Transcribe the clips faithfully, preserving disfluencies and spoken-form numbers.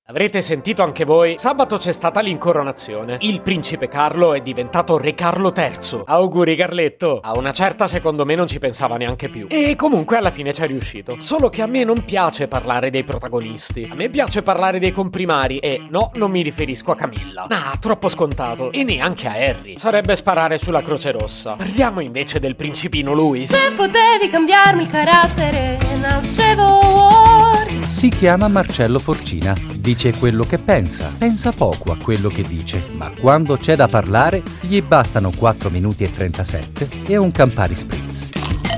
Avrete sentito anche voi, sabato c'è stata l'incoronazione. Il principe Carlo è diventato re Carlo terzo. Auguri Carletto. A una certa secondo me non ci pensava neanche più. E comunque alla fine ci è riuscito. Solo che a me non piace parlare dei protagonisti. A me piace parlare dei comprimari e no, non mi riferisco a Camilla. Nah, troppo scontato. E neanche a Harry. Sarebbe sparare sulla Croce Rossa. Parliamo invece del principino Louis. Se potevi cambiarmi il carattere, nascevo Ward. Si chiama Marcello Forcina. Dice quello che pensa, pensa poco a quello che dice, ma quando c'è da parlare gli bastano quattro minuti e trentasette e un Campari Spritz.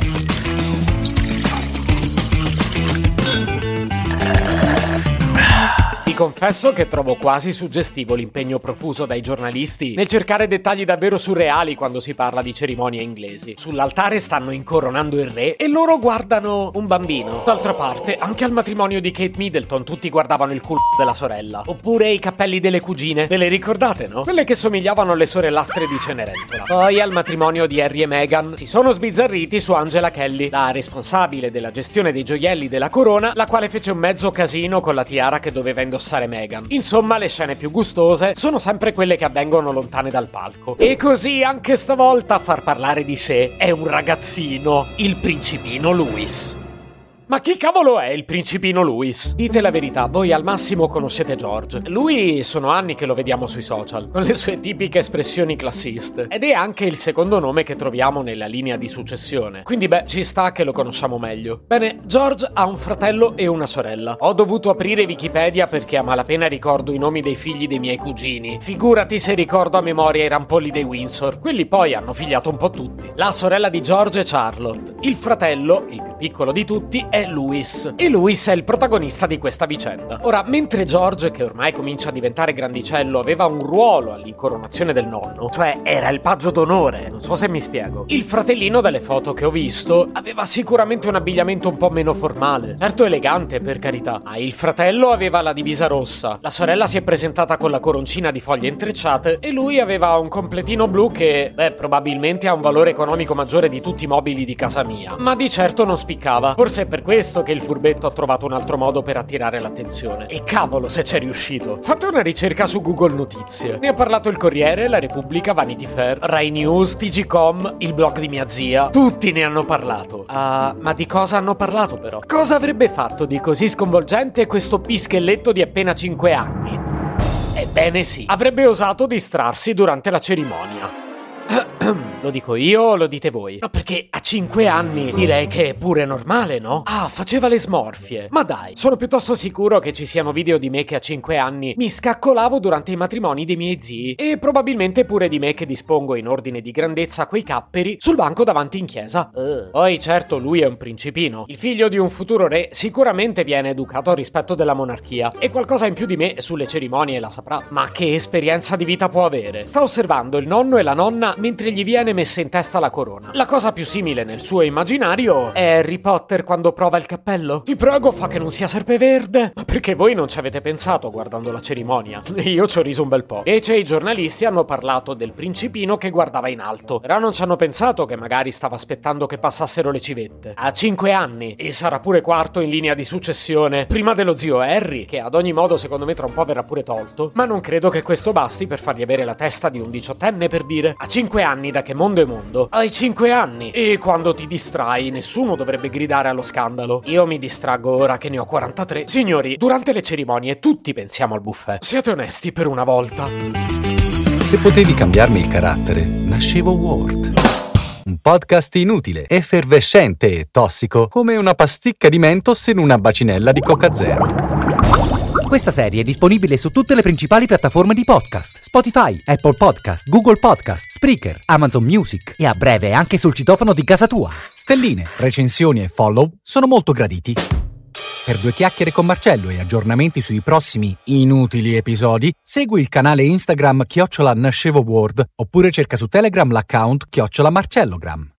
Confesso che trovo quasi suggestivo l'impegno profuso dai giornalisti nel cercare dettagli davvero surreali quando si parla di cerimonie inglesi. Sull'altare stanno incoronando il re e loro guardano un bambino. D'altra parte, anche al matrimonio di Kate Middleton tutti guardavano il culo della sorella. Oppure i cappelli delle cugine. Ve le ricordate, no? Quelle che somigliavano alle sorellastre di Cenerentola. Poi al matrimonio di Harry e Meghan si sono sbizzarriti su Angela Kelly, la responsabile della gestione dei gioielli della corona, la quale fece un mezzo casino con la tiara che doveva indossare Meghan. Insomma, le scene più gustose sono sempre quelle che avvengono lontane dal palco. E così anche stavolta a far parlare di sé è un ragazzino, il principino Louis. Ma chi cavolo è il principino Louis? Dite la verità, voi al massimo conoscete George. Lui sono anni che lo vediamo sui social, con le sue tipiche espressioni classiste. Ed è anche il secondo nome che troviamo nella linea di successione. Quindi beh, ci sta che lo conosciamo meglio. Bene, George ha un fratello e una sorella. Ho dovuto aprire Wikipedia perché a malapena ricordo i nomi dei figli dei miei cugini. Figurati se ricordo a memoria i rampolli dei Windsor. Quelli poi hanno figliato un po' tutti. La sorella di George è Charlotte. Il fratello, il più piccolo di tutti, è Louis. E Louis è il protagonista di questa vicenda. Ora, mentre George, che ormai comincia a diventare grandicello, aveva un ruolo all'incoronazione del nonno, cioè era il paggio d'onore, non so se mi spiego, il fratellino dalle foto che ho visto aveva sicuramente un abbigliamento un po' meno formale, certo elegante per carità, ma il fratello aveva la divisa rossa, la sorella si è presentata con la coroncina di foglie intrecciate e lui aveva un completino blu che, beh, probabilmente ha un valore economico maggiore di tutti i mobili di casa mia, ma di certo non spiccava. Forse è per questo che il furbetto ha trovato un altro modo per attirare l'attenzione. E cavolo se c'è riuscito. Fate una ricerca su Google Notizie. Ne ha parlato il Corriere, La Repubblica, Vanity Fair, Rai News, T G Com, il blog di mia zia. Tutti ne hanno parlato. Ah, uh, ma di cosa hanno parlato però? Cosa avrebbe fatto di così sconvolgente questo pischelletto di appena cinque anni? Ebbene sì, avrebbe osato distrarsi durante la cerimonia. Lo dico io o lo dite voi? No, perché a cinque anni direi che è pure normale, no? Ah, faceva le smorfie. Ma dai, sono piuttosto sicuro che ci siano video di me che a cinque anni mi scaccolavo durante i matrimoni dei miei zii e probabilmente pure di me che dispongo in ordine di grandezza quei capperi sul banco davanti in chiesa. Uh. Poi certo lui è un principino. Il figlio di un futuro re sicuramente viene educato al rispetto della monarchia e qualcosa in più di me sulle cerimonie la saprà. Ma che esperienza di vita può avere? Sta osservando il nonno e la nonna mentre gli viene messa in testa la corona. La cosa più simile nel suo immaginario è Harry Potter quando prova il cappello. Ti prego, fa che non sia serpeverde. Ma perché voi non ci avete pensato guardando la cerimonia? Io ci ho riso un bel po'. Invece i giornalisti hanno parlato del principino che guardava in alto. Però non ci hanno pensato che magari stava aspettando che passassero le civette. Ha cinque anni e sarà pure quarto in linea di successione prima dello zio Harry, che ad ogni modo secondo me tra un po' verrà pure tolto. Ma non credo che questo basti per fargli avere la testa di un diciottenne, per dire. A cinque anni da che mondo è mondo? Hai cinque anni e quando ti distrai nessuno dovrebbe gridare allo scandalo. Io mi distraggo ora che ne ho quarantatré. Signori, durante le cerimonie tutti pensiamo al buffet. Siate onesti per una volta. Se potevi cambiarmi il carattere, nascevo Ward. Un podcast inutile, effervescente e tossico, come una pasticca di Mentos in una bacinella di Coca Zero. Questa serie è disponibile su tutte le principali piattaforme di podcast: Spotify, Apple Podcast, Google Podcast, Spreaker, Amazon Music e a breve anche sul citofono di casa tua. Stelline, recensioni e follow sono molto graditi. Per due chiacchiere con Marcello e aggiornamenti sui prossimi inutili episodi, segui il canale Instagram chiocciola Nascevo Ward oppure cerca su Telegram l'account chiocciola Marcellogram.